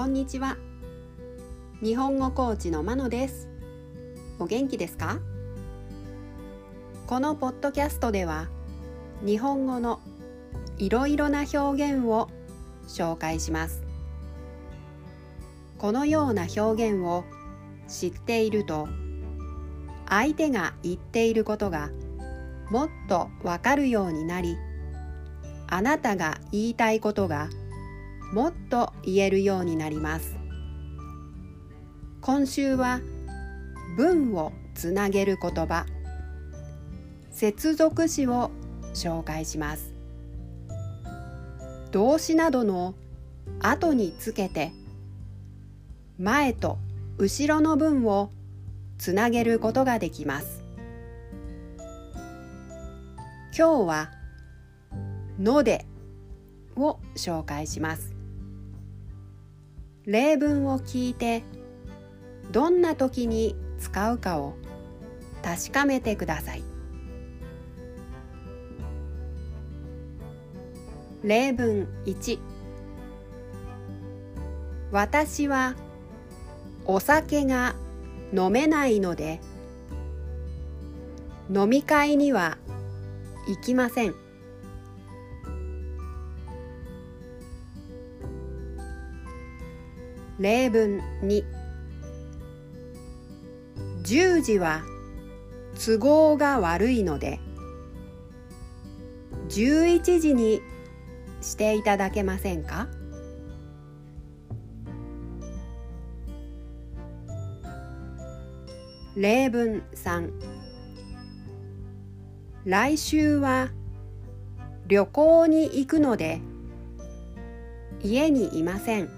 んにちは。日本語コーチのまのです。お元気ですか？このポッドキャストでは日本語のいろいろな表現を紹介します。このような表現を知っていると、相手が言っていることがもっとわかるようになり、あなたが言いたいことがもっと言えるようになります。今週は文をつなげる言葉、接続詞を紹介します。動詞などの後につけて前と後ろの文をつなげることができます。今日はのでを紹介します。例文を聞いてどんな時に使うかを確かめてください。例文1、私はお酒が飲めないので飲み会には行きません。例文2、10時は都合が悪いので11時にしていただけませんか？例文3、来週は旅行に行くので家にいません。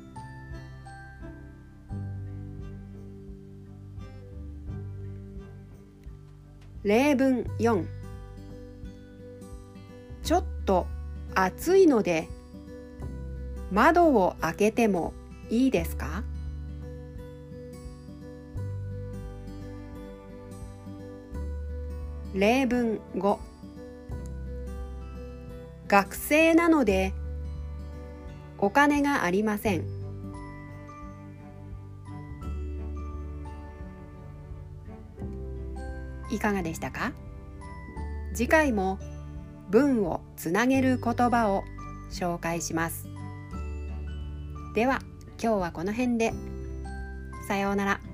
例文4、ちょっと暑いので窓を開けてもいいですか？例文5、学生なのでお金がありません。いかがでしたか？次回も文をつなげる言葉を紹介します。では今日はこの辺で。さようなら。